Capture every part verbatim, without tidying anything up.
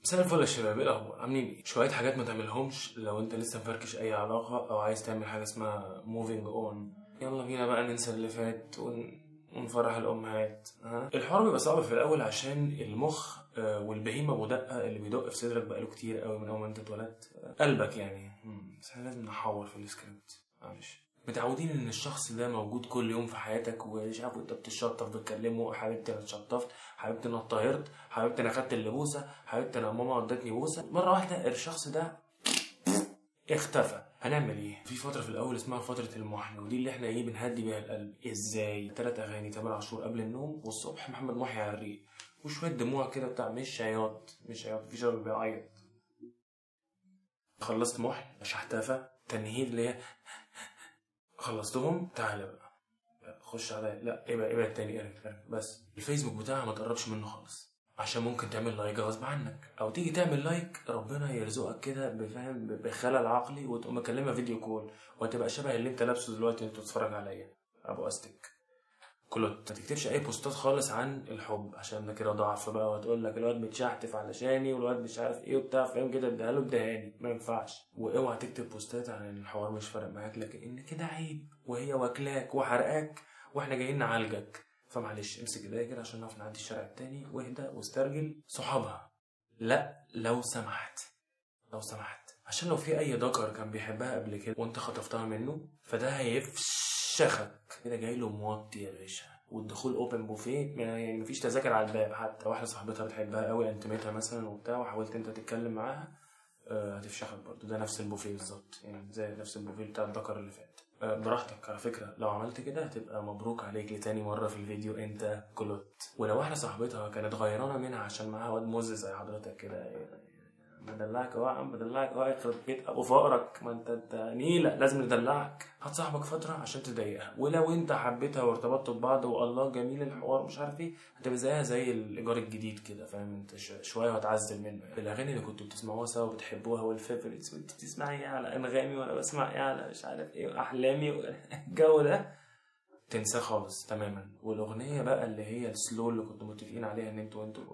مساء الفل يا شباب، ايه الاخبار؟ عاملين ايه؟ شويه حاجات ما تعملهمش لو انت لسه مفركش اي علاقه او عايز تعمل حاجه اسمها موفينج اون. يلا بينا بقى ننسى اللي فات ون... ونفرح الامهات. ها الحوار بيبقى صعب في الاول عشان المخ آه، والبهيمه ابو دقه اللي بيدق في صدرك بقاله كتير قوي من اول ما انت اتولدت، آه، قلبك يعني. مم، بس احنا لازم نحور في السكريبت، معلش. متعودين ان الشخص ده موجود كل يوم في حياتك، ومش عارف انت بتتشطف بتكلمه، حبيبتي انا اتشطفت، حبيبتي انا اتطهرت، حبيبتي انا خدت اللي بوسه، حبيبتي انا ماما ودتني بوسه. مره واحده الشخص ده اختفى. هنعمل ايه؟ في فتره في الاول اسمها فتره المحن، ودي اللي احنا ايه بنهدي بيها القلب. ازاي؟ ثلاث اغاني تامر عاشور قبل النوم، والصبح محمد محي على الريق، وشويه دموع كده بتاع مش عياط مش عياط في شباب بيعيط. خلصت محن شحتفه تنهيد اللي هي خلصتهم، تعالى بقى خش عليا، لا ابعد ابعد تاني، ارجع ارجع. بس الفيسبوك بتاعها ما تقربش منه خالص، عشان ممكن تعمل لايك غصب عنك، او تيجي تعمل لايك ربنا يرزقك كده بفهم بخلل عقلي وتقوم مكلمها فيديو كول، وهتبقى شبه اللي انت لابسه دلوقتي وانت بتتفرج عليا ابو استك كلوت. ما تكتبش اي بوستات خالص عن الحب، عشان ده كده ضعف بقى، وهتقول لك الواد بيتشحتف علشاني والواد مش عارف ايه وبتاع، فاهم كده؟ اديها له ادهاني، ما ينفعش. واوعى تكتب بوستات عن ان الحوار مش فارق معاك، لكن ان كده عيب وهي واكلاك وحرقاك واحنا جايين نعالجك. فمعلش امسك ايديا كده عشان نعرف نعدي الشارع التاني، واهدى واسترجل. صحابها لا لو سمحت، لو سمحت، عشان لو في اي ذكر كان بيحبها قبل كده وانت خطفتها منه، فده هيفشخك كده. جاي له موطي يا باشا، والدخول اوبن بوفيه، يعني مفيش تذاكر على الباب. حتى واحده صاحبتها بتحبها قوي، انتمتها مثلا وبتاع، وحاولت انت تتكلم معاها، أه هتفشخك برضو. ده نفس البوفيه بالظبط، يعني زي نفس البوفيه بتاع الذكر اللي فات. أه براحتك على فكره، لو عملت كده هتبقى مبروك عليك لتاني مره في الفيديو، انت كلوت. ولو واحده صاحبتها كانت غيرانه منها عشان معاها واد موز زي حضرتك كده، بدلعك اهو يا عم، بدلعك اهو، يخرب بيت ابو فقرك، ما انت انت نيله لازم ندلعك. هتصاحبك فتره عشان تضايقها، ولو انت حبيتها وارتبطتوا ببعض والله جميل الحوار مش عارف ايه، هتبقى زيها زي الايجار الجديد كده، فاهم انت؟ شويه وهتعزل منه. الاغاني اللي كنتوا بتسمعوها سوا بتحبوها والفيفوريتس، وانت بتسمعي ايه على انغامي وانا بسمع ايه على مش عارف ايه احلامي والجو ده، تنساه خالص تماما. والاغنيه بقى اللي هي السلو اللي كنتوا متفقين عليها ان انتوا انتوا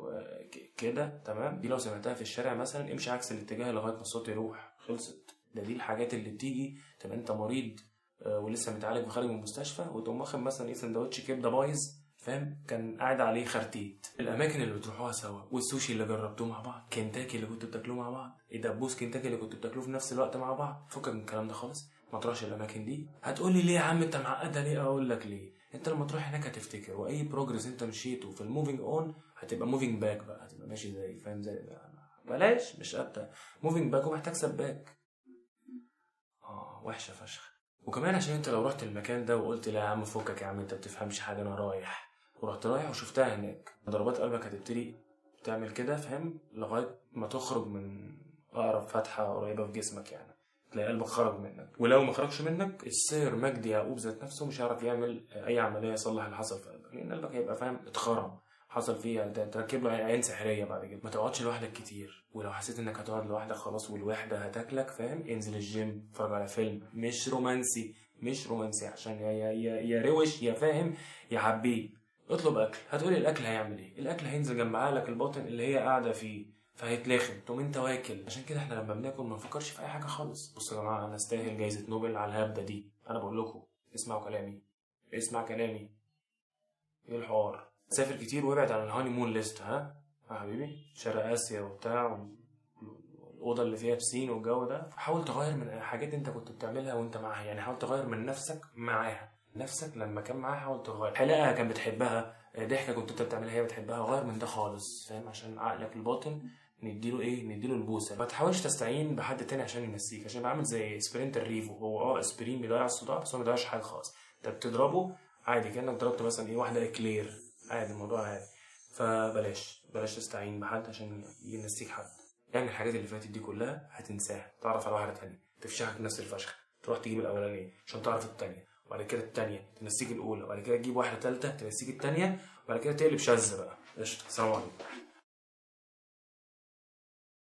كده تمام، دي لو سمعتها في الشارع مثلا امشي عكس الاتجاه لغايه ما الصوت يروح، خلصت. ده دي الحاجات اللي بتيجي تبقى انت مريض ولسه متعالج وخارج من المستشفى، وتقوم واخد مثلا ايه سندوتش كبده بايظ، فاهم؟ كان قاعد عليه خرتيت. الاماكن اللي بتروحوها سوا، والسوشي اللي جربتوه مع بعض، كنتاكي اللي كنتوا بتاكلوه مع بعض، الدبوس كنتاكي اللي كنتوا بتاكلوه في نفس الوقت مع بعض، فكك من الكلام ده خالص. ما تروحش الاماكن دي. هتقولي ليه يا عم انت معقدها ليه؟ اقول لك ليه. انت لما تروح هناك هتفتكر، واي بروجرس انت مشيته في الموفينج اون هتبقى موفينج باك بقى، هتبقى ماشي زي فاهم زي بلاش مش قابله موفينج باك، ومحتاج سباك. اه وحشه فشخ. وكمان عشان انت لو رحت المكان ده وقلت لا يا عم فكك يا عم انت بتفهمش حاجه انا رايح، ورحت رايح وشفتها هناك، ضربات قلبك هتبتدي تعمل كده، فاهم؟ لغايه ما تخرج من اقرب فتحه قريبه في جسمك، يعني تلاقي قلبك خرج منك. ولو ما خرجش منك، السير مجدي يعقوب ذات نفسه مش هيعرف يعمل اي عمليه يصلح اللي حصل في قلبك، لان قلبك هيبقى فاهم اتخرم، حصل فيه تركب له عين سحريه بعد كده. ما تقعدش لوحدك كتير، ولو حسيت انك هتقعد لوحدك خلاص والوحده هتاكلك، فاهم؟ انزل الجيم، اتفرج على فيلم مش رومانسي، مش رومانسي عشان يا يا يا, يا روش يا فاهم يا حبيب. اطلب اكل. هتقولي الاكل هيعمل ايه؟ الاكل هينزل جنب عقلك الباطن اللي هي قاعده فيه، فهيتلاخم تقوم انت واكل. عشان كده احنا لما بناكل ما نفكرش في اي حاجه خالص. بصوا يا جماعه، انا استاهل جايزه نوبل على الهبده دي، انا بقول لكم اسمعوا كلامي، اسمع كلامي. ايه الحوار؟ سافر كتير وابعد عن الهاني مون ليست، ها يا حبيبي؟ شرق اسيا وبتاع، الاوضه اللي فيها بسين والجو ده. حاول تغير من حاجات انت كنت بتعملها وانت معاها، يعني حاول تغير من نفسك معاها. نفسك لما كان معاها حاول تغير. حلاقه كان بتحبها، ضحكه كنت انت بتعملها هي بتحبها، غير من ده خالص، فاهم؟ عشان عقلك الباطن نديله ايه؟ نديله البوسه. ما تحاولش تستعين بحد تاني عشان ينسيك، عشان عامل زي اسبرينتر ريفو. هو اه اسبرين بيضيع الصداع، بس هو ما بيضيعش حاجه خالص. انت بتضربه عادي كانك ضربت مثلا ايه واحده اكلير، عادي الموضوع عادي. فبلاش بلاش تستعين بحد عشان ينسيك حد. اعمل الحاجات اللي فاتت دي كلها هتنساها، تعرف على واحده تانيه تفشخك نفس الفشخ، تروح تجيب الاولانيه عشان تعرف التانيه، وبعد كده التانيه تنسيك الاولى، وبعد كده تجيب واحده ثالثه تنسيك التانيه، وبعد كده تقلب شاذ بقى. قشطه، سلام عليكم.